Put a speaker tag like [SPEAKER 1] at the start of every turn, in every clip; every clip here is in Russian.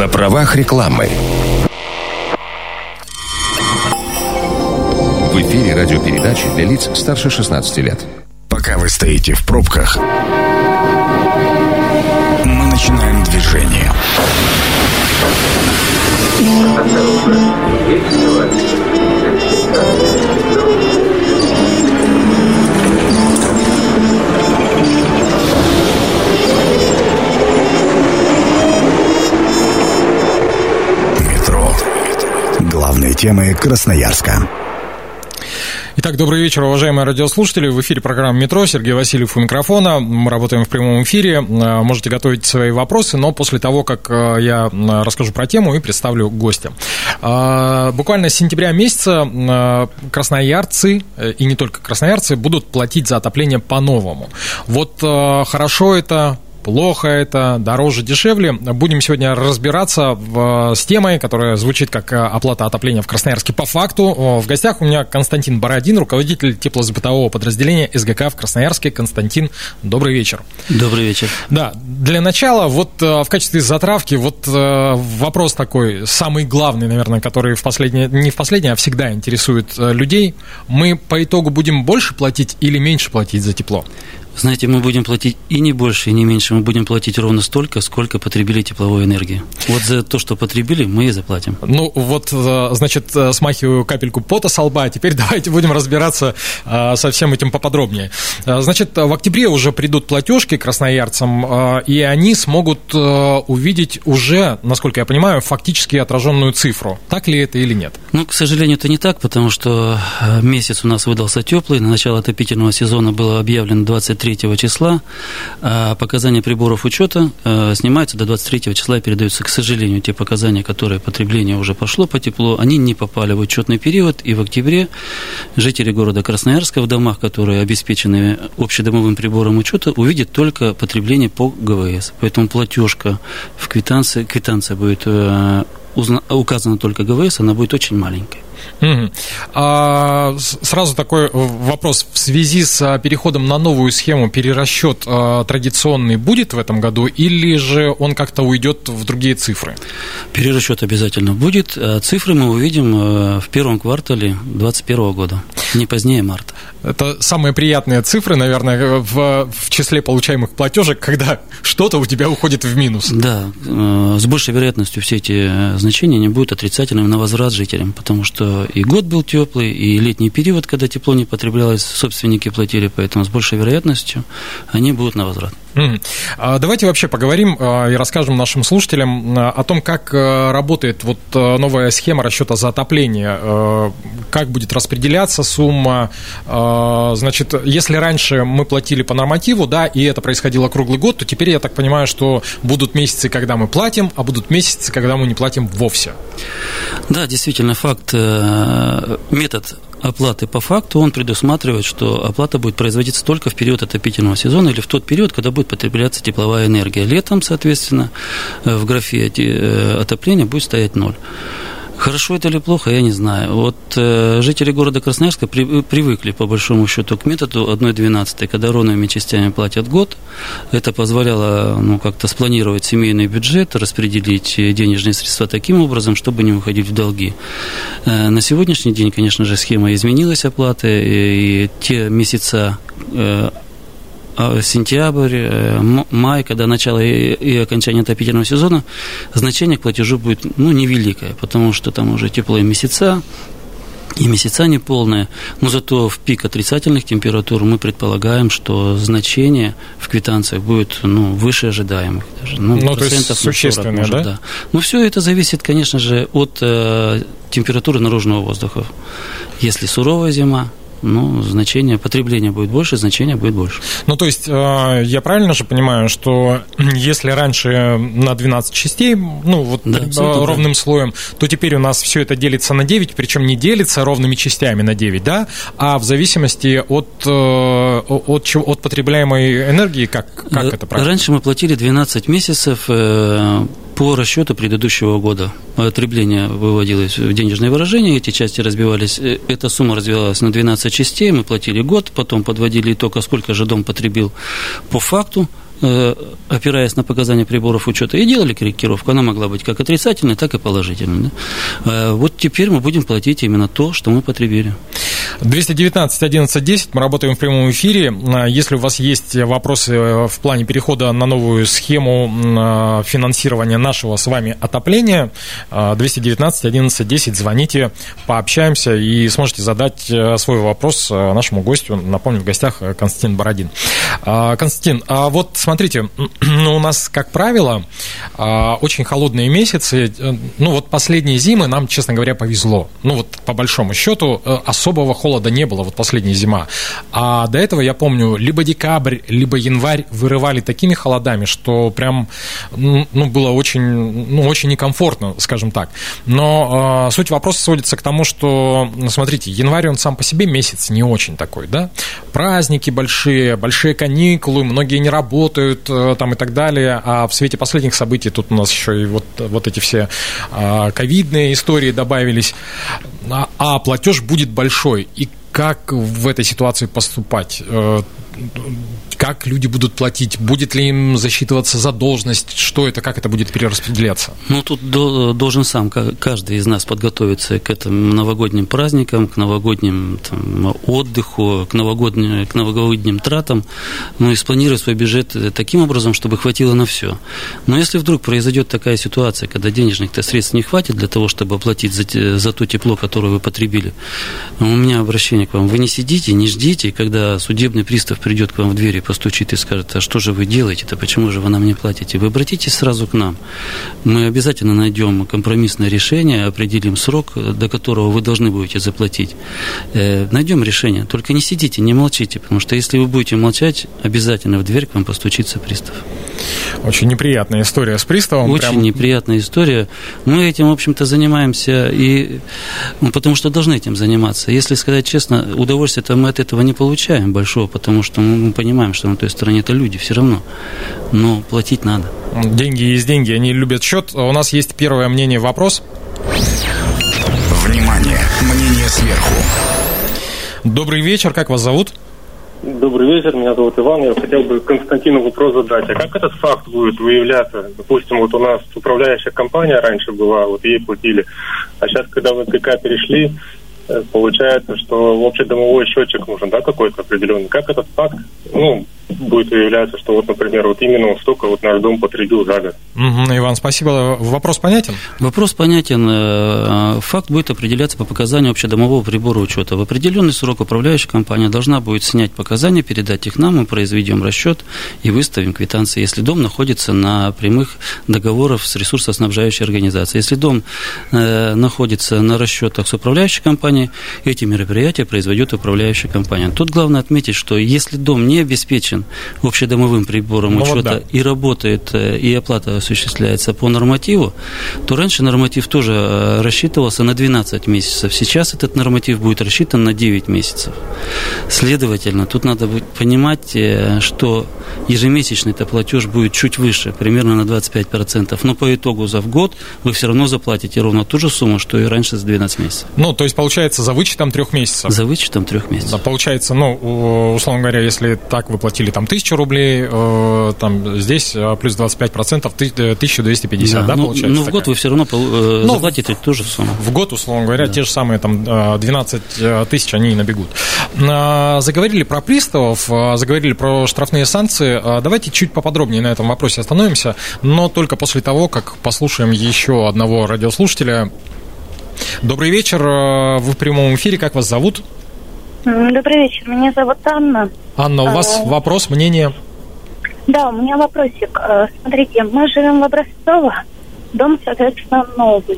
[SPEAKER 1] На правах рекламы. В эфире радиопередачи для лиц старше 16 лет.
[SPEAKER 2] Пока вы стоите в пробках, мы начинаем движение. Метро. Главные темы Красноярска.
[SPEAKER 3] Итак, добрый вечер, уважаемые радиослушатели. В эфире программа «Метро». Сергей Васильев у микрофона. Мы работаем в прямом эфире. Можете готовить свои вопросы, но после того, как я расскажу про тему и представлю гостя. Буквально с сентября месяца красноярцы, и не только красноярцы, будут платить за отопление по-новому. Вот хорошо это... Плохо это, дороже, дешевле. Будем сегодня разбираться с темой, которая звучит как оплата отопления в Красноярске по факту. В гостях у меня Константин Бородин, руководитель теплосбытового подразделения СГК в Красноярске. Константин, добрый вечер.
[SPEAKER 4] Добрый вечер.
[SPEAKER 3] Да, для начала, вот в качестве затравки, вот вопрос такой, самый главный, наверное, который не в последний, а всегда интересует людей. Мы по итогу будем больше платить или меньше платить за тепло?
[SPEAKER 4] Знаете, мы будем платить и не больше, и не меньше. Мы будем платить ровно столько, сколько потребили тепловой энергии. Вот за то, что потребили, мы и заплатим.
[SPEAKER 3] Ну, вот, значит, смахиваю капельку пота со лба. Теперь давайте будем разбираться со всем этим поподробнее. Значит, в октябре уже придут платежки красноярцам, и они смогут увидеть уже, насколько я понимаю, фактически отраженную цифру. Так ли это или нет?
[SPEAKER 4] Ну, к сожалению, это не так, потому что месяц у нас выдался теплый. На начало отопительного сезона было объявлено 23 числа, а показания приборов учета снимаются до 23 числа и передаются. К сожалению, те показания, которые потребление уже пошло по теплу, они не попали в учетный период, и в октябре жители города Красноярска в домах, которые обеспечены общедомовым прибором учета, увидят только потребление по ГВС. Поэтому платежка в квитанция будет указана только ГВС, она будет очень маленькой.
[SPEAKER 3] Сразу такой вопрос. В связи с переходом на новую схему перерасчет традиционный будет в этом году, или же он как-то уйдет в другие цифры?
[SPEAKER 4] Перерасчет обязательно будет. Цифры мы увидим в первом квартале 2021 года, не позднее марта.
[SPEAKER 3] Это самые приятные цифры, наверное, в числе получаемых платежек, когда что-то у тебя уходит в минус.
[SPEAKER 4] Да, с большей вероятностью все эти значения не будут отрицательными на возврат жителям, потому что и год был теплый, и летний период, когда тепло не потреблялось, собственники платили, поэтому с большей вероятностью они будут на возврат.
[SPEAKER 3] Давайте вообще поговорим и расскажем нашим слушателям о том, как работает вот новая схема расчета за отопление, как будет распределяться сумма. Значит, если раньше мы платили по нормативу, да, и это происходило круглый год, то теперь я так понимаю, что будут месяцы, когда мы платим, а будут месяцы, когда мы не платим вовсе.
[SPEAKER 4] Да, действительно, метод оплаты по факту, он предусматривает, что оплата будет производиться только в период отопительного сезона или в тот период, когда будет потребляться тепловая энергия. Летом, соответственно, в графе отопления будет стоять 0. Хорошо это или плохо, я не знаю. Вот жители города Красноярска привыкли, по большому счету, к методу 1/12, когда ровными частями платят год. Это позволяло как-то спланировать семейный бюджет, распределить денежные средства таким образом, чтобы не уходить в долги. На сегодняшний день, конечно же, схема изменилась оплаты, и те месяца... сентябрь, май, когда начало и окончание отопительного сезона, значение к платежу будет невеликое, потому что там уже теплые месяца, и месяца неполные, но зато в пик отрицательных температур мы предполагаем, что значение в квитанциях будет выше ожидаемых. Даже,
[SPEAKER 3] то есть существенное, 40, да?
[SPEAKER 4] Но все это зависит, конечно же, от температуры наружного воздуха. Если суровая зима, значение потребления будет больше, значение будет больше.
[SPEAKER 3] То есть, я правильно же понимаю, что если раньше на 12 частей, ровным слоем, то теперь у нас все это делится на 9, причем не делится ровными частями на 9, да, а в зависимости от потребляемой энергии, как это правильно?
[SPEAKER 4] Раньше мы платили 12 месяцев по расчету предыдущего года. Потребление выводилось в денежное выражение, эти части разбивались, эта сумма разбивалась на 12 частей, мы платили год, потом подводили итог, а сколько же дом потребил по факту, опираясь на показания приборов учета, и делали корректировку. Она могла быть как отрицательной, так и положительной. Да? Вот теперь мы будем платить именно то, что мы потребили.
[SPEAKER 3] 219 11 10, мы работаем в прямом эфире. Если у вас есть вопросы в плане перехода на новую схему финансирования нашего с вами отопления, 219 11 10, звоните, пообщаемся и сможете задать свой вопрос нашему гостю. Напомню, в гостях Константин Бородин. Константин, вот смотрите, у нас, как правило, очень холодные месяцы. Вот последние зимы нам, честно говоря, повезло. По большому счету, особого холода не было, последняя зима. А до этого, я помню, либо декабрь, либо январь вырывали такими холодами, что прям, было очень некомфортно, скажем так. Но суть вопроса сводится к тому, что, смотрите, январь, он сам по себе месяц не очень такой, да? Праздники большие каникулы, многие не работают там и так далее, а в свете последних событий тут у нас еще и вот эти все ковидные истории добавились, а платеж будет большой. И как в этой ситуации поступать? Как люди будут платить? Будет ли им засчитываться задолженность? Что это? Как это будет перераспределяться?
[SPEAKER 4] Тут должен сам каждый из нас подготовиться к этим новогодним праздникам, к новогодним отдыху, к новогодним тратам, и спланировать свой бюджет таким образом, чтобы хватило на все. Но если вдруг произойдет такая ситуация, когда денежных-то средств не хватит для того, чтобы оплатить за то тепло, которое вы потребили, у меня обращение к вам. Вы не сидите, не ждите, когда судебный пристав придет к вам в дверь и постучит и скажет: а что же вы делаете-то, почему же вы нам не платите? Вы обратитесь сразу к нам. Мы обязательно найдем компромиссное решение, определим срок, до которого вы должны будете заплатить. Найдем решение. Только не сидите, не молчите, потому что если вы будете молчать, обязательно в дверь к вам постучится пристав.
[SPEAKER 3] Очень неприятная история с приставом.
[SPEAKER 4] Очень неприятная история. Мы этим, в общем-то, занимаемся, потому что должны этим заниматься. Если сказать честно, удовольствия-то мы от этого не получаем большого, потому что мы понимаем, что на той стороне это люди все равно. Но платить надо.
[SPEAKER 3] Деньги есть деньги, они любят счет. У нас есть первое мнение, вопрос.
[SPEAKER 2] Внимание, мнение сверху.
[SPEAKER 3] Добрый вечер, как вас зовут?
[SPEAKER 5] Добрый вечер, меня зовут Иван. Я хотел бы Константину вопрос задать. А как этот факт будет выявляться? Допустим, у нас управляющая компания раньше была, ей платили. А сейчас, когда в НКК перешли, получается, что общедомовой счетчик нужен, какой-то определенный. Как этот факт, будет выявляться, что например, именно столько наш дом потребил за год?
[SPEAKER 3] Иван, спасибо. Вопрос понятен?
[SPEAKER 4] Вопрос понятен. Факт будет определяться по показанию общедомового прибора учета. В определенный срок управляющая компания должна будет снять показания, передать их нам, мы произведем расчет и выставим квитанции, если дом находится на прямых договорах с ресурсоснабжающей организацией. Если дом находится на расчетах с управляющей компанией, эти мероприятия произведет управляющая компания. Тут главное отметить, что если дом не обеспечен общедомовым прибором учета и работает, и оплата осуществляется по нормативу, то раньше норматив тоже рассчитывался на 12 месяцев. Сейчас этот норматив будет рассчитан на 9 месяцев. Следовательно, тут надо понимать, что ежемесячный-то платеж будет чуть выше, примерно на 25%. Но по итогу в год вы все равно заплатите ровно ту же сумму, что и раньше с 12 месяцев.
[SPEAKER 3] То есть, получается, за вычетом 3 месяцев?
[SPEAKER 4] За вычетом 3 месяцев.
[SPEAKER 3] Да, получается, условно говоря, если так вы платили 1000 рублей, здесь плюс 25%, 1250, получается?
[SPEAKER 4] Но в год вы все равно заплатите ту же сумму.
[SPEAKER 3] В год, условно говоря, те же самые 12 тысяч, они и набегут. Заговорили про приставов, заговорили про штрафные санкции. Давайте чуть поподробнее на этом вопросе остановимся, но только после того, как послушаем еще одного радиослушателя. Добрый вечер, вы в прямом эфире, как вас зовут?
[SPEAKER 6] Добрый вечер, меня зовут Анна.
[SPEAKER 3] Анна, у вас вопрос, мнение?
[SPEAKER 6] Да, у меня вопросик. Смотрите, мы живем в Образцово, дом, соответственно, новый.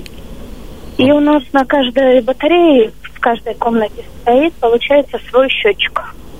[SPEAKER 6] И у нас на каждой батарее, в каждой комнате стоит, получается, свой счетчик.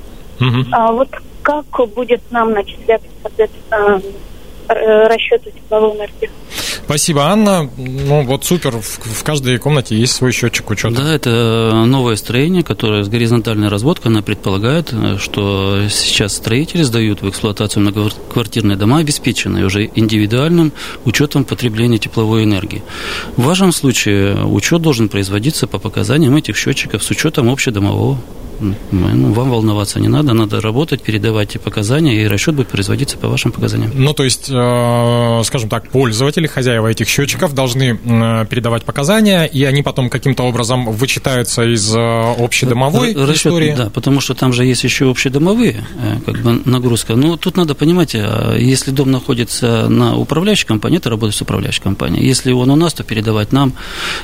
[SPEAKER 6] А как будет нам начисляться, соответственно, расчеты тепловой энергии?
[SPEAKER 3] Спасибо, Анна. Супер. В каждой комнате есть свой счетчик учета.
[SPEAKER 4] Да, это новое строение, которое с горизонтальной разводкой. Она предполагает, что сейчас строители сдают в эксплуатацию многоквартирные дома, обеспеченные уже индивидуальным учетом потребления тепловой энергии. В вашем случае учет должен производиться по показаниям этих счетчиков с учетом общедомового вам волноваться не надо, надо работать, передавать показания, и расчет будет производиться по вашим показаниям.
[SPEAKER 3] Ну, то есть, скажем так, пользователи, хозяева этих счетчиков должны передавать показания, и они потом каким-то образом вычитаются из общедомовой истории?
[SPEAKER 4] Да, потому что там же есть еще общедомовые, как бы, нагрузка. Но тут надо понимать, если дом находится на управляющей компании, это работает с управляющей компанией. Если он у нас, то передавать нам.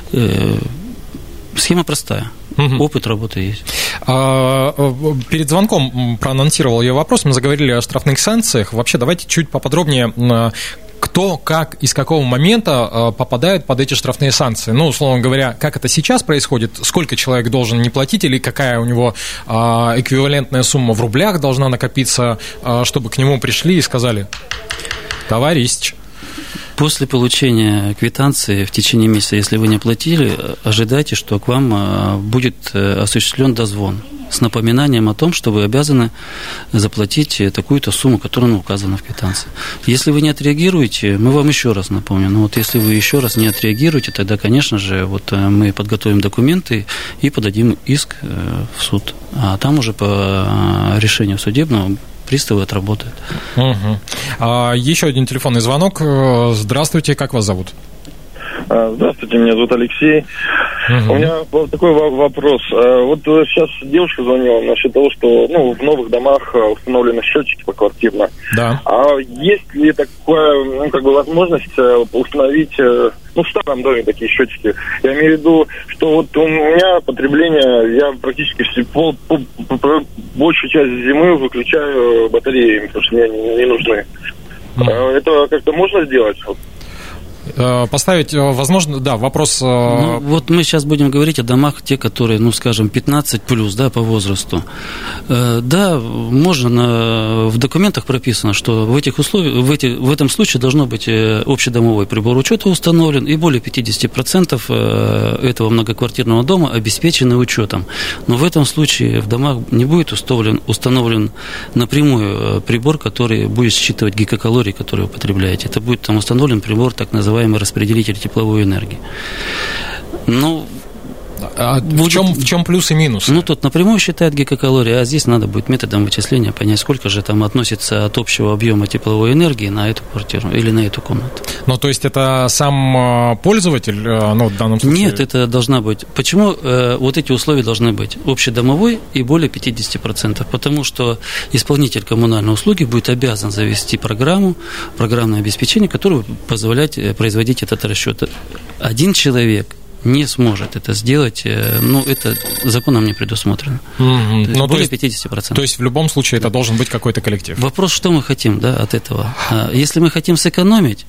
[SPEAKER 4] Схема простая. Опыт работы есть.
[SPEAKER 3] Перед звонком проанонсировал я вопрос, мы заговорили о штрафных санкциях. Вообще, давайте чуть поподробнее, кто, как и с какого момента попадает под эти штрафные санкции. Ну, условно говоря, как это сейчас происходит, сколько человек должен не платить, или какая у него эквивалентная сумма в рублях должна накопиться, чтобы к нему пришли и сказали: товарищ.
[SPEAKER 4] После получения квитанции в течение месяца, если вы не оплатили, ожидайте, что к вам будет осуществлен дозвон с напоминанием о том, что вы обязаны заплатить такую-то сумму, которая указана в квитанции. Если вы не отреагируете, мы вам еще раз напомним. Но вот если вы еще раз не отреагируете, тогда, конечно же, вот мы подготовим документы и подадим иск в суд. А там уже по решению судебного приставы отработают.
[SPEAKER 3] Еще один телефонный звонок. Здравствуйте, как вас зовут?
[SPEAKER 7] Здравствуйте, меня зовут Алексей. У меня такой вопрос. Вот сейчас девушка звонила насчет того, что в новых домах установлены счетчики поквартирно.
[SPEAKER 3] Да.
[SPEAKER 7] А есть ли такая возможность установить в старом доме такие счетчики? Я имею в виду, что вот у меня потребление, я практически большую часть зимы выключаю батареи, потому что мне не нужны. Это как-то можно сделать?
[SPEAKER 3] Поставить, возможно, да, вопрос...
[SPEAKER 4] вот мы сейчас будем говорить о домах, те, которые, 15 плюс, да, по возрасту. Да, можно, в документах прописано, что в этих условиях, в этом случае должно быть общедомовой прибор учета установлен, и более 50% этого многоквартирного дома обеспечены учетом. Но в этом случае в домах не будет установлен напрямую прибор, который будет считывать гигакалории, которые вы потребляете. Это будет там установлен прибор, так называемый распределитель тепловой энергии.
[SPEAKER 3] В чем плюс и минус?
[SPEAKER 4] Тут напрямую считает гигакалории, а здесь надо будет методом вычисления понять, сколько же там относится от общего объема тепловой энергии на эту квартиру или на эту комнату.
[SPEAKER 3] То есть это сам пользователь, в данном случае?
[SPEAKER 4] Нет, это должна быть. Почему вот эти условия должны быть? Общедомовой и более 50%. Потому что исполнитель коммунальной услуги будет обязан завести программное обеспечение, которое позволяет производить этот расчет. Один человек не сможет это сделать, это законом не предусмотрено. Более 50%.
[SPEAKER 3] То есть в любом случае это должен быть какой-то коллектив.
[SPEAKER 4] Вопрос, что мы хотим, от этого. Если мы хотим сэкономить,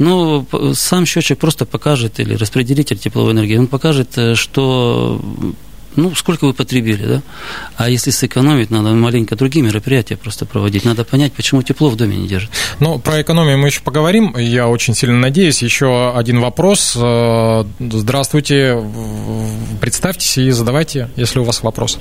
[SPEAKER 4] сам счетчик просто покажет, или распределитель тепловой энергии, он покажет, что сколько вы потребили, да? А если сэкономить, надо маленько другие мероприятия просто проводить. Надо понять, почему тепло в доме не держит.
[SPEAKER 3] Про экономию мы еще поговорим, я очень сильно надеюсь. Еще один вопрос. Здравствуйте, представьтесь и задавайте, если у вас вопрос.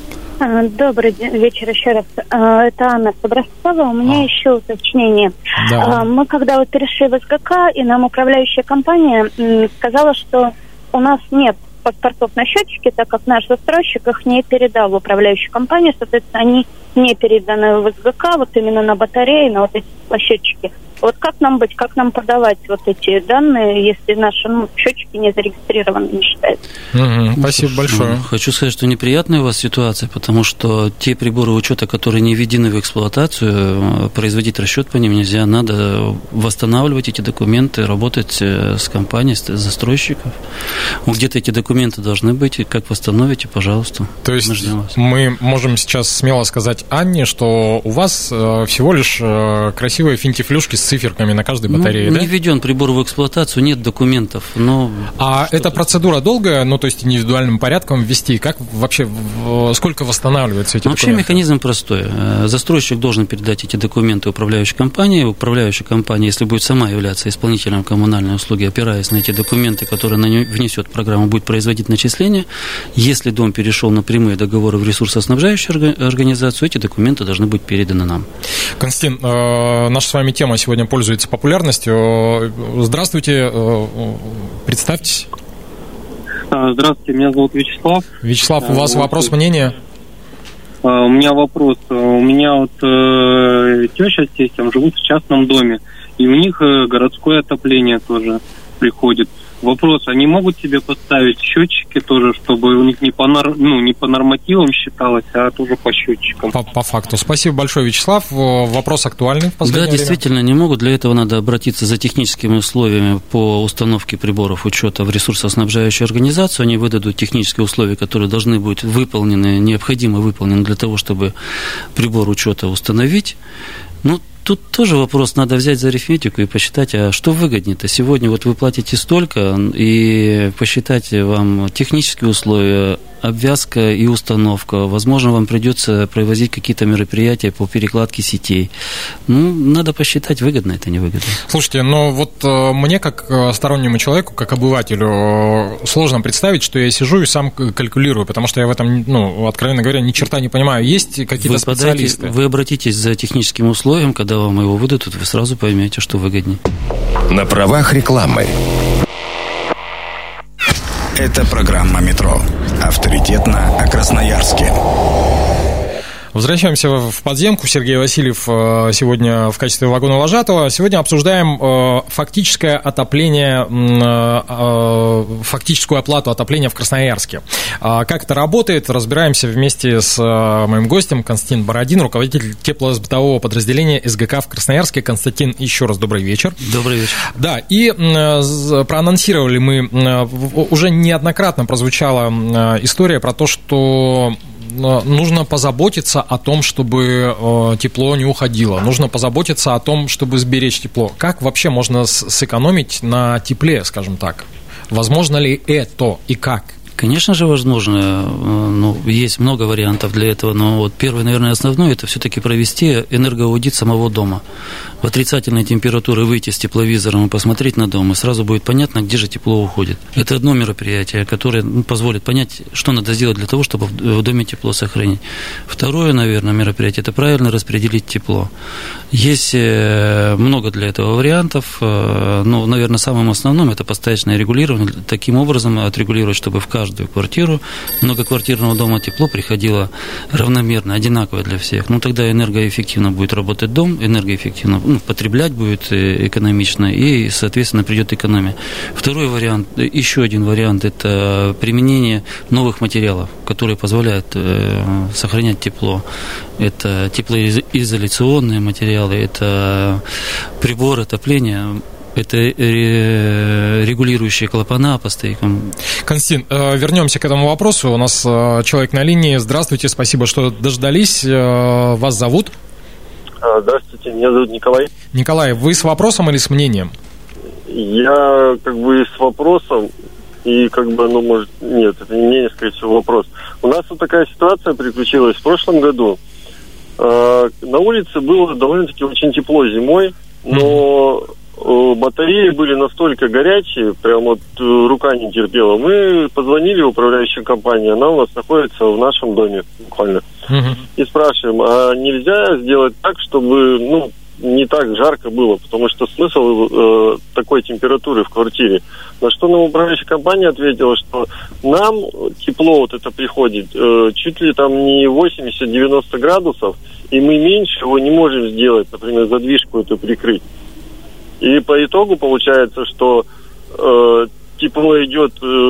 [SPEAKER 6] Добрый вечер еще раз. Это Анна Собрастова. У меня еще уточнение.
[SPEAKER 3] Да.
[SPEAKER 6] Мы когда перешли в СГК, и нам управляющая компания сказала, что у нас нет паспортов на счетчики, так как наш застройщик их не передал в управляющую компанию, соответственно, они не переданы в СГК, именно на батареи, на эти счетчики. Как нам быть, как нам подавать эти данные, если наши счетчики не зарегистрированы, не считаются?
[SPEAKER 3] Спасибо большое.
[SPEAKER 4] Хочу сказать, что неприятная у вас ситуация, потому что те приборы учета, которые не введены в эксплуатацию, производить расчет по ним нельзя. Надо восстанавливать эти документы, работать с компанией, с застройщиком. Где-то эти документы должны быть, и как восстановите, пожалуйста.
[SPEAKER 3] То есть мы можем сейчас смело сказать Анне, что у вас всего лишь красивые финтифлюшки с циферками на каждой батарее, да?
[SPEAKER 4] Не введен прибор в эксплуатацию, нет документов.
[SPEAKER 3] Эта процедура долгая, то есть индивидуальным порядком ввести? Как вообще, сколько восстанавливаются эти документы?
[SPEAKER 4] Вообще механизм простой. Застройщик должен передать эти документы управляющей компании. Управляющая компания, если будет сама являться исполнителем коммунальной услуги, опираясь на эти документы, которые она внесет в программу, будет производить начисления. Если дом перешел на прямые договоры в ресурсоснабжающую организацию, эти документы должны быть переданы нам.
[SPEAKER 3] Константин, наша с вами тема сегодня пользуется популярностью. Здравствуйте, представьтесь.
[SPEAKER 8] Здравствуйте, меня зовут Вячеслав.
[SPEAKER 3] Вячеслав, у вас вопрос, мнение?
[SPEAKER 5] У меня вопрос. У меня вот теща с тестем живут в частном доме, и у них городское отопление тоже приходит. Вопрос, они могут себе поставить счетчики тоже, чтобы у них не по нормативам считалось, а тоже по счетчикам?
[SPEAKER 3] По факту. Спасибо большое, Вячеслав. Вопрос актуальный в последнее время.
[SPEAKER 4] Да, действительно, не могут. Для этого надо обратиться за техническими условиями по установке приборов учета в ресурсоснабжающую организацию. Они выдадут технические условия, которые должны быть выполнены, необходимо выполнены для того, чтобы прибор учета установить. Тут тоже вопрос, надо взять за арифметику и посчитать, а что выгоднее-то? Сегодня вот вы платите столько, и посчитать вам технические условия, обвязка и установка. Возможно, вам придется провозить какие-то мероприятия по перекладке сетей. Надо посчитать, выгодно это, невыгодно.
[SPEAKER 3] Слушайте, мне, как стороннему человеку, как обывателю, сложно представить, что я сижу и сам калькулирую, потому что я в этом, откровенно говоря, ни черта не понимаю. Есть какие-то специалисты?
[SPEAKER 4] Вы обратитесь за техническим условием, когда вам его выдадут, вы сразу поймете, что выгоднее.
[SPEAKER 1] На правах рекламы.
[SPEAKER 2] Это программа «Метро». Авторитетно о Красноярске.
[SPEAKER 3] Возвращаемся в подземку. Сергей Васильев сегодня в качестве вагоновожатого. Сегодня обсуждаем фактическое отопление, фактическую оплату отопления в Красноярске. Как это работает, разбираемся вместе с моим гостем Константин Бородин, руководитель теплосбытового подразделения СГК в Красноярске. Константин, еще раз добрый вечер.
[SPEAKER 4] Добрый вечер.
[SPEAKER 3] Да, и проанонсировали мы, уже неоднократно прозвучала история про то, что нужно позаботиться о том, чтобы тепло не уходило. Нужно позаботиться о том, чтобы сберечь тепло. Как вообще можно сэкономить на тепле, скажем так? Возможно ли это и как?
[SPEAKER 4] Конечно же, возможно. Есть много вариантов для этого, но вот первый, наверное, основной – это все-таки провести энергоаудит самого дома. В отрицательной температуре выйти с тепловизором и посмотреть на дом, и сразу будет понятно, где же тепло уходит. Это одно мероприятие, которое позволит понять, что надо сделать для того, чтобы в доме тепло сохранить. Второе, наверное, мероприятие – это правильно распределить тепло. Есть много для этого вариантов, но, наверное, самым основным – это поставочное регулирование, таким образом отрегулировать, чтобы в каждую квартиру многоквартирного дома тепло приходило равномерно, одинаково для всех. Тогда энергоэффективно будет работать дом, энергоэффективно потреблять будет экономично, и, соответственно, придет экономия. Второй вариант, еще один вариант – это применение новых материалов, которые позволяют сохранять тепло. Это теплоизоляционные материалы, это приборы отопления, это регулирующие клапана по стейкам.
[SPEAKER 3] Константин, вернемся к этому вопросу. У нас человек на линии. Здравствуйте, спасибо, что дождались. Вас зовут?
[SPEAKER 7] Здравствуйте, меня зовут Николай.
[SPEAKER 3] Николай, вы с вопросом или с мнением?
[SPEAKER 7] Я с вопросом, и может, нет, это не мнение, скорее всего, вопрос. У нас вот такая ситуация приключилась в прошлом году. На улице было довольно-таки очень тепло зимой, но батареи были настолько горячие, прям рука не терпела. Мы позвонили в управляющую компанию, она у нас находится в нашем доме буквально. И спрашиваем, а нельзя сделать так, чтобы не так жарко было, потому что смысл такой температуры в квартире. На что нам управляющая компания ответила, что нам тепло это приходит чуть ли там не 80-90 градусов, и мы меньше его не можем сделать, например, задвижку эту прикрыть. И по итогу получается, что тепло идет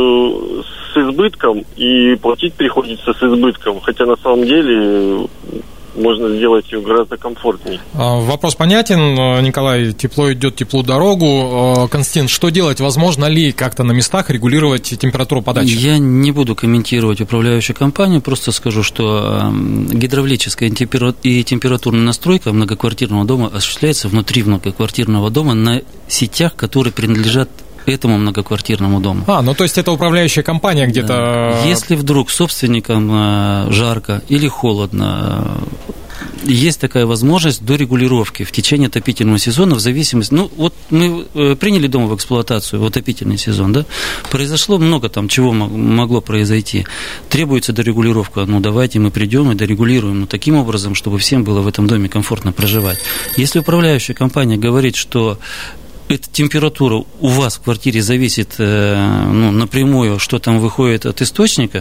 [SPEAKER 7] с избытком, и платить приходится с избытком, хотя на самом деле можно сделать ее гораздо комфортнее.
[SPEAKER 3] Вопрос понятен, Николай. Тепло идет, теплу дорогу. Константин, что делать? Возможно ли как-то на местах регулировать температуру подачи? Я
[SPEAKER 4] не буду комментировать управляющую компанию, просто скажу, что гидравлическая и температурная настройка многоквартирного дома осуществляется внутри многоквартирного дома на сетях, которые принадлежат этому многоквартирному дому.
[SPEAKER 3] То есть это управляющая компания где-то...
[SPEAKER 4] Да. Если вдруг собственникам жарко или холодно, есть такая возможность до регулировки в течение отопительного сезона в зависимости... мы приняли дом в эксплуатацию в отопительный сезон, да? Произошло много там, чего могло произойти. Требуется дорегулировка. Давайте мы придем и дорегулируем. Таким образом, чтобы всем было в этом доме комфортно проживать. Если управляющая компания говорит, что эта температура у вас в квартире зависит напрямую, что там выходит от источника,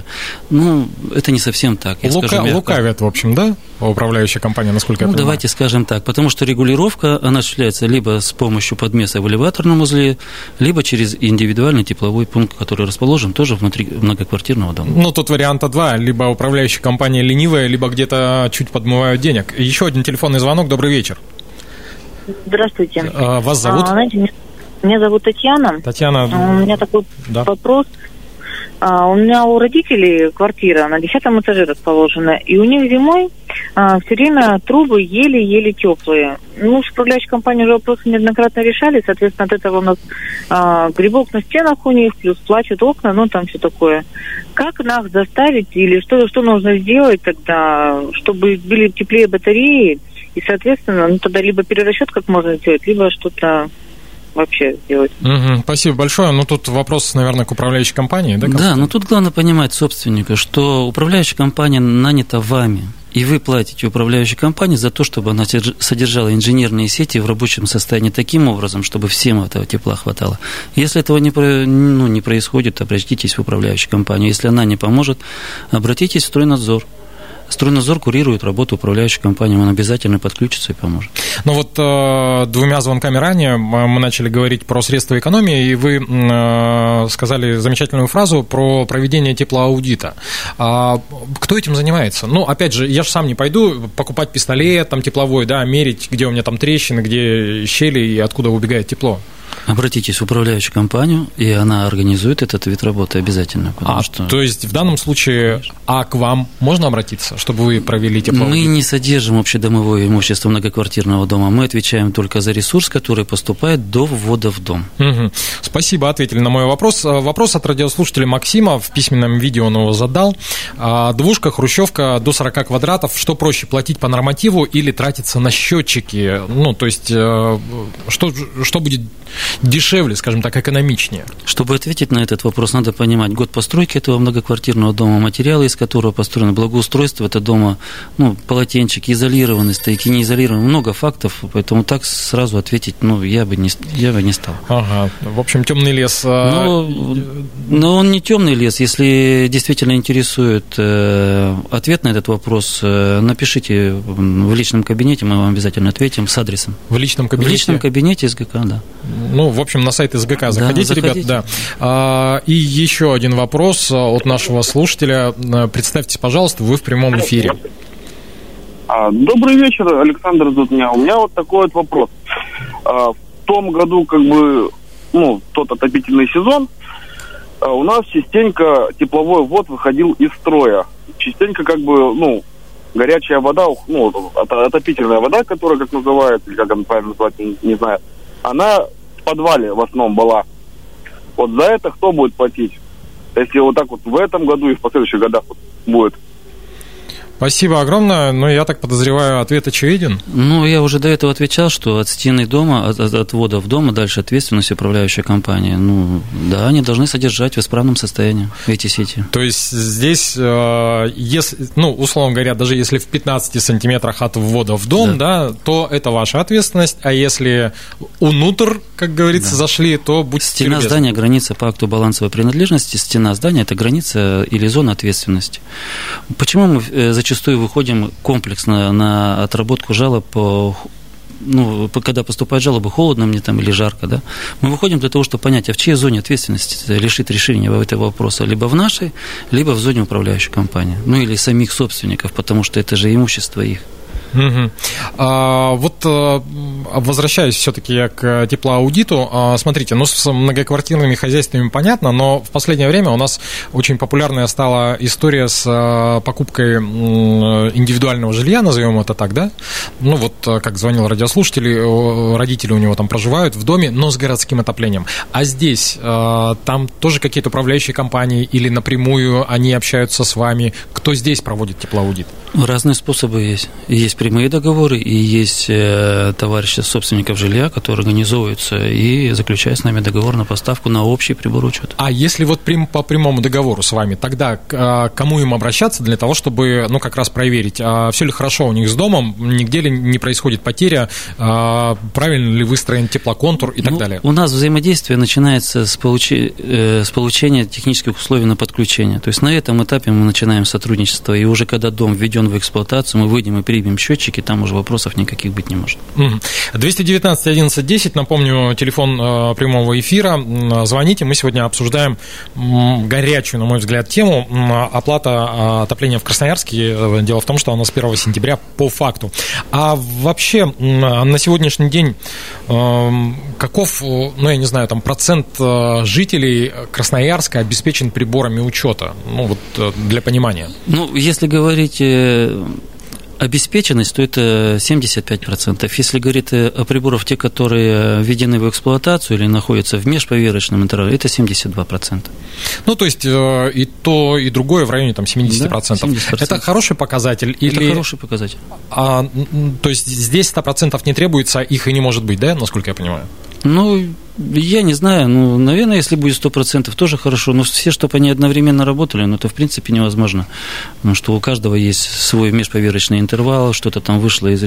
[SPEAKER 4] это не совсем так.
[SPEAKER 3] Лукавят, в общем, да, управляющая компания, насколько я понимаю?
[SPEAKER 4] Давайте скажем так, потому что регулировка, она осуществляется либо с помощью подмеса в элеваторном узле, либо через индивидуальный тепловой пункт, который расположен тоже внутри многоквартирного дома.
[SPEAKER 3] Тут варианта два, либо управляющая компания ленивая, либо где-то чуть подмывают денег. Еще один телефонный звонок, добрый вечер.
[SPEAKER 8] Здравствуйте.
[SPEAKER 3] Вас зовут?
[SPEAKER 8] Меня зовут Татьяна.
[SPEAKER 3] Татьяна.
[SPEAKER 8] У меня такой вопрос. У меня у родителей квартира на 10-м этаже расположена, и у них зимой все время трубы еле-еле теплые. С управляющей компанией уже вопросы неоднократно решали, соответственно, от этого у нас грибок на стенах у них, плюс плачут окна, там все такое. Как нас заставить, или что нужно сделать тогда, чтобы были теплее батареи, и, соответственно, тогда либо перерасчет как можно сделать, либо что-то вообще сделать.
[SPEAKER 3] Спасибо большое. Тут вопрос, наверное, к управляющей компании, да?
[SPEAKER 4] Да, тут главное понимать собственника, что управляющая компания нанята вами, и вы платите управляющей компании за то, чтобы она содержала инженерные сети в рабочем состоянии таким образом, чтобы всем этого тепла хватало. Если этого не происходит, обратитесь в управляющую компанию. Если она не поможет, обратитесь в стройнадзор. Стройнадзор курирует работу управляющей компании, он обязательно подключится и поможет.
[SPEAKER 3] Двумя звонками ранее мы начали говорить про средства экономии, и вы сказали замечательную фразу про проведение теплоаудита. Кто этим занимается? Опять же, я же сам не пойду покупать пистолет тепловой, мерить, где у меня там трещины, где щели и откуда убегает тепло.
[SPEAKER 4] Обратитесь в управляющую компанию, и она организует этот вид работы обязательно.
[SPEAKER 3] То есть в данном случае, к вам можно обратиться, чтобы вы провели теплоаудит?
[SPEAKER 4] Мы не содержим общедомовое имущество многоквартирного дома, мы отвечаем только за ресурс, который поступает до ввода в дом.
[SPEAKER 3] Спасибо, ответили на мой вопрос. Вопрос от радиослушателя Максима, в письменном видео он его задал. Двушка, хрущевка до 40 квадратов, что проще, платить по нормативу или тратиться на счетчики? То есть, что будет дешевле, скажем так, экономичнее?
[SPEAKER 4] Чтобы ответить на этот вопрос, надо понимать год постройки этого многоквартирного дома, материалы, из которого построено, благоустройство этого дома, полотенчики, изолированность, стояки не изолированы, много фактов, поэтому так сразу ответить, я бы не стал.
[SPEAKER 3] В общем, темный лес.
[SPEAKER 4] Но он не темный лес. Если действительно интересует ответ на этот вопрос, напишите в личном кабинете, мы вам обязательно ответим с адресом.
[SPEAKER 3] В личном кабинете?
[SPEAKER 4] В личном кабинете СГК, да.
[SPEAKER 3] В общем, на сайт СГК заходите, ребят. Да. И еще один вопрос от нашего слушателя. Представьтесь, пожалуйста, вы в прямом эфире.
[SPEAKER 9] Добрый вечер, Александр зовут меня. У меня такой вопрос. В том году, тот отопительный сезон, у нас частенько тепловой ввод выходил из строя. Частенько горячая вода, отопительная вода, которая, как называется, или как она правильно называется, не знаю, она в подвале в основном была. За это кто будет платить? Если в этом году и в последующих годах будет.
[SPEAKER 3] Спасибо огромное, но я так подозреваю, ответ очевиден.
[SPEAKER 4] Я уже до этого отвечал, что от стены дома, от ввода в дом, дальше ответственность управляющей компании. Они должны содержать в исправном состоянии эти сети.
[SPEAKER 3] То есть здесь, условно говоря, даже если в 15 сантиметрах от ввода в дом, то это ваша ответственность, а если внутрь, как говорится, зашли, то будьте
[SPEAKER 4] Стена
[SPEAKER 3] любезны.
[SPEAKER 4] Здания, граница по акту балансовой принадлежности, стена здания – это граница или зона ответственности. Почему мы зачастую выходим комплексно на отработку жалоб когда поступают жалобы, холодно мне или жарко, да, мы выходим для того, чтобы понять, в чьей зоне ответственности лежит решение этого вопроса, либо в нашей, либо в зоне управляющей компании, или самих собственников, потому что это же имущество их.
[SPEAKER 3] Возвращаюсь все-таки к теплоаудиту. Смотрите, с многоквартирными хозяйствами понятно, но в последнее время у нас очень популярная стала история с покупкой индивидуального жилья, назовем это так, да? Как звонил радиослушатель, родители у него там проживают в доме, но с городским отоплением. А здесь там тоже какие-то управляющие компании или напрямую они общаются с вами? Кто здесь проводит теплоаудит?
[SPEAKER 4] Разные способы есть. Есть прямые договоры, и есть товарищи собственников жилья, которые организовываются и заключают с нами договор на поставку на общий прибор учета.
[SPEAKER 3] А если вот по прямому договору с вами, тогда к кому им обращаться для того, чтобы, как раз проверить, все ли хорошо у них с домом, нигде ли не происходит потеря, правильно ли выстроен теплоконтур и так далее?
[SPEAKER 4] У нас взаимодействие начинается с получения технических условий на подключение. То есть на этом этапе мы начинаем сотрудничество, и уже когда дом введен в эксплуатацию, мы выйдем и примем счетчики, там уже вопросов никаких быть не может.
[SPEAKER 3] 219 11 10, напомню, телефон прямого эфира. Звоните, мы сегодня обсуждаем горячую, на мой взгляд, тему оплата отопления в Красноярске. Дело в том, что она с 1 сентября по факту. А вообще на сегодняшний день каков, я не знаю, процент жителей Красноярска обеспечен приборами учета? Для понимания.
[SPEAKER 4] Если говорить обеспеченность, то это 75%. Если говорить о приборах, те, которые введены в эксплуатацию или находятся в межповерочном интервале, это 72%.
[SPEAKER 3] То есть и то, и другое в районе 70%. Да, 70%. Это хороший показатель?
[SPEAKER 4] Это хороший показатель.
[SPEAKER 3] То есть здесь 100% не требуется, их и не может быть, да, насколько я понимаю?
[SPEAKER 4] Я не знаю, наверное, если будет 100%, тоже хорошо, но все, чтобы они одновременно работали, это в принципе невозможно, потому что у каждого есть свой межповерочный интервал, что-то там вышло из...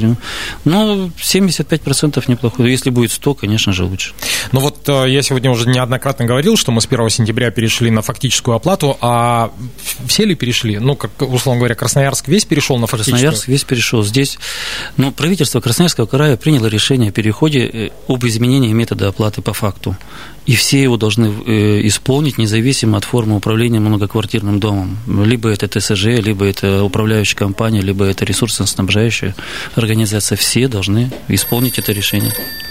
[SPEAKER 4] 75% неплохо, если будет 100, конечно же, лучше.
[SPEAKER 3] Я сегодня уже неоднократно говорил, что мы с 1 сентября перешли на фактическую оплату, а все ли перешли? Как, условно говоря, Красноярск весь перешел на фактическую?
[SPEAKER 4] Красноярск весь перешел. Здесь, правительство Красноярского края приняло решение о переходе об изменении метода оплаты по факту. И все его должны исполнить, независимо от формы управления многоквартирным домом. Либо это ТСЖ, либо это управляющая компания, либо это ресурсно-снабжающая организация. Все должны исполнить это решение.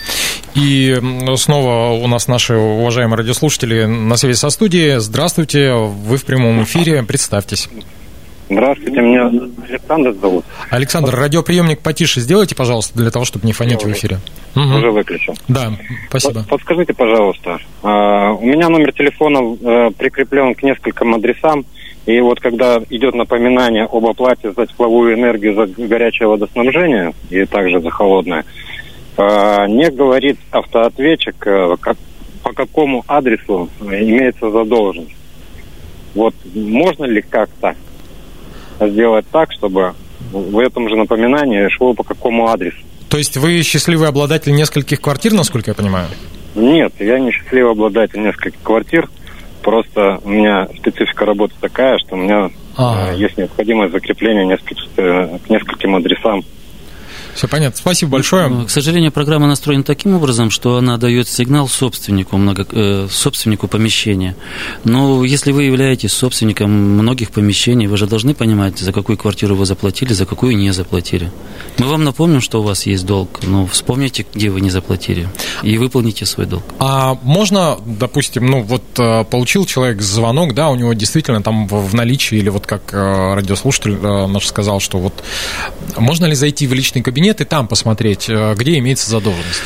[SPEAKER 3] И снова у нас наши уважаемые радиослушатели на связи со студией. Здравствуйте, вы в прямом эфире, представьтесь.
[SPEAKER 10] Здравствуйте, меня Александр зовут.
[SPEAKER 3] Александр, радиоприемник потише сделайте, пожалуйста, для того, чтобы не фонить в эфире.
[SPEAKER 10] Уже выключил.
[SPEAKER 3] Да, спасибо.
[SPEAKER 10] Подскажите, пожалуйста, у меня номер телефона прикреплен к нескольким адресам, и когда идет напоминание об оплате за тепловую энергию, за горячее водоснабжение и также за холодное, не говорит автоответчик, по какому адресу имеется задолженность. Можно ли как-то сделать так, чтобы в этом же напоминании шло по какому адресу?
[SPEAKER 3] То есть вы счастливый обладатель нескольких квартир, насколько я понимаю?
[SPEAKER 10] Нет, я не счастливый обладатель нескольких квартир. Просто у меня специфика работы такая, что у меня есть необходимость закрепления к нескольким адресам.
[SPEAKER 3] Все понятно. Спасибо большое.
[SPEAKER 4] К сожалению, программа настроена таким образом, что она дает сигнал собственнику помещения. Но если вы являетесь собственником многих помещений, вы же должны понимать, за какую квартиру вы заплатили, за какую не заплатили. Мы вам напомним, что у вас есть долг, но вспомните, где вы не заплатили, и выполните свой долг.
[SPEAKER 3] А можно, допустим, получил человек звонок, да, у него действительно там в наличии, или как радиослушатель наш сказал, что можно ли зайти в личный кабинет и там посмотреть, где имеется задолженность?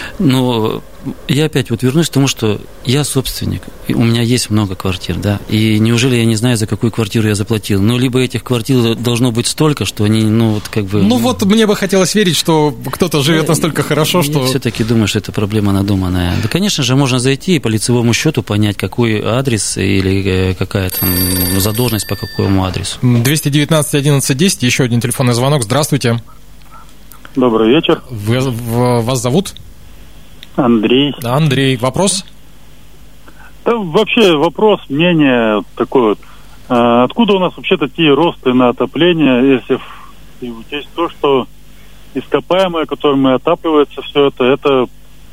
[SPEAKER 4] Я опять вернусь к тому, что я собственник, у меня есть много квартир, да, и неужели я не знаю, за какую квартиру я заплатил? Либо этих квартир должно быть столько, что они,
[SPEAKER 3] мне бы хотелось верить, что кто-то живет настолько хорошо, что...
[SPEAKER 4] Я все-таки думаю, что это проблема надуманная. Да, конечно же, можно зайти и по лицевому счету понять, какой адрес или какая там задолженность по какому адресу.
[SPEAKER 3] 219 11 10, еще один телефонный звонок. Здравствуйте.
[SPEAKER 11] Добрый вечер.
[SPEAKER 3] Вас зовут?
[SPEAKER 11] Андрей.
[SPEAKER 3] Андрей, вопрос?
[SPEAKER 11] Да, вообще вопрос, мнение такое. Откуда у нас вообще такие росты на отопление, если есть то, что ископаемое, которыми отапливается все это, это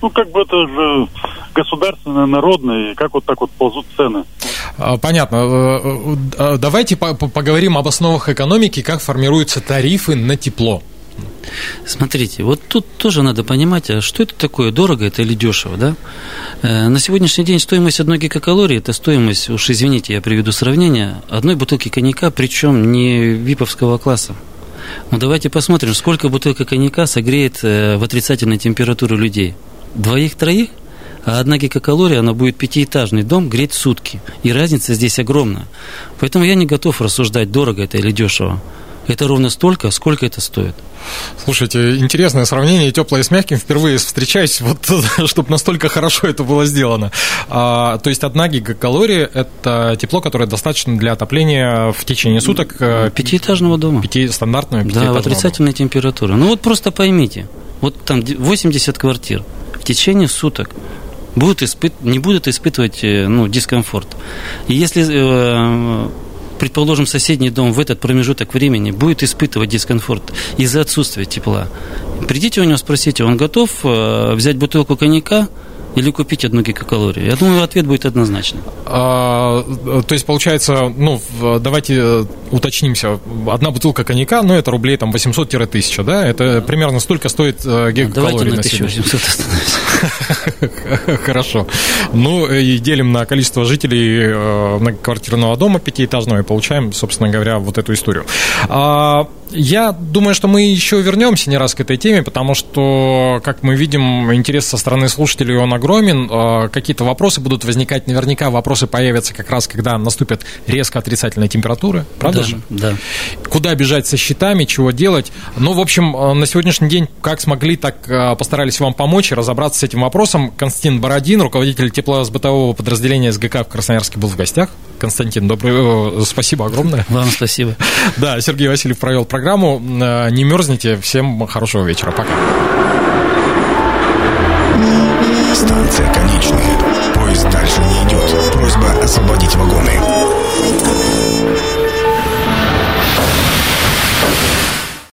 [SPEAKER 11] же государственное, народное, и как так ползут цены?
[SPEAKER 3] Понятно. Давайте поговорим об основах экономики, как формируются тарифы на тепло.
[SPEAKER 4] Смотрите, тут тоже надо понимать, что это такое, дорого это или дешево, да? На сегодняшний день стоимость 1 гигакалории, это стоимость, уж извините, я приведу сравнение, одной бутылки коньяка, причем не виповского класса. Давайте посмотрим, сколько бутылка коньяка согреет в отрицательной температуре людей. 2-3? А 1 гигакалория, она будет 5-этажный дом греть сутки. И разница здесь огромная. Поэтому я не готов рассуждать, дорого это или дешево. Это ровно столько, сколько это стоит.
[SPEAKER 3] Слушайте, интересное сравнение, теплое с мягким. Впервые встречаюсь, вот, чтобы настолько хорошо это было сделано. То есть 1 гигакалория – это тепло, которое достаточно для отопления в течение суток.
[SPEAKER 4] Пятиэтажного дома.
[SPEAKER 3] Стандартного пятиэтажного
[SPEAKER 4] дома. Да, отрицательной температуры. Ну вот просто поймите, вот там 80 квартир в течение суток не будут испытывать дискомфорт. И если... предположим, соседний дом в этот промежуток времени будет испытывать дискомфорт из-за отсутствия тепла, придите у него, спросите, он готов взять бутылку коньяка или купить 1 гигакалорию? Я думаю, ответ будет однозначный.
[SPEAKER 3] То есть, получается, давайте уточнимся, 1 бутылка коньяка, это рублей 800-1000, да? Это примерно столько стоит гигакалорий.
[SPEAKER 4] Давайте на
[SPEAKER 3] 1800 остановимся. Хорошо. И делим на количество жителей многоквартирного дома пятиэтажного и получаем, собственно говоря, вот эту историю. Я думаю, что мы еще вернемся не раз к этой теме, потому что, как мы видим, интерес со стороны слушателей, он огромен. Какие-то вопросы будут возникать. Наверняка вопросы появятся как раз, когда наступят резко отрицательные температуры. Правда же?
[SPEAKER 4] Да.
[SPEAKER 3] Куда бежать со счетами, чего делать? В общем, на сегодняшний день, как смогли, так постарались вам помочь и разобраться с этим вопросом. Константин Бородин, руководитель теплосбытового подразделения СГК в Красноярске, был в гостях. Константин, спасибо огромное.
[SPEAKER 4] Вам спасибо.
[SPEAKER 3] Да, Сергей Васильев провел программу. Не мерзните. Всем хорошего вечера. Пока.
[SPEAKER 2] Станция конечная. Поезд дальше не идет. Просьба освободить вагон.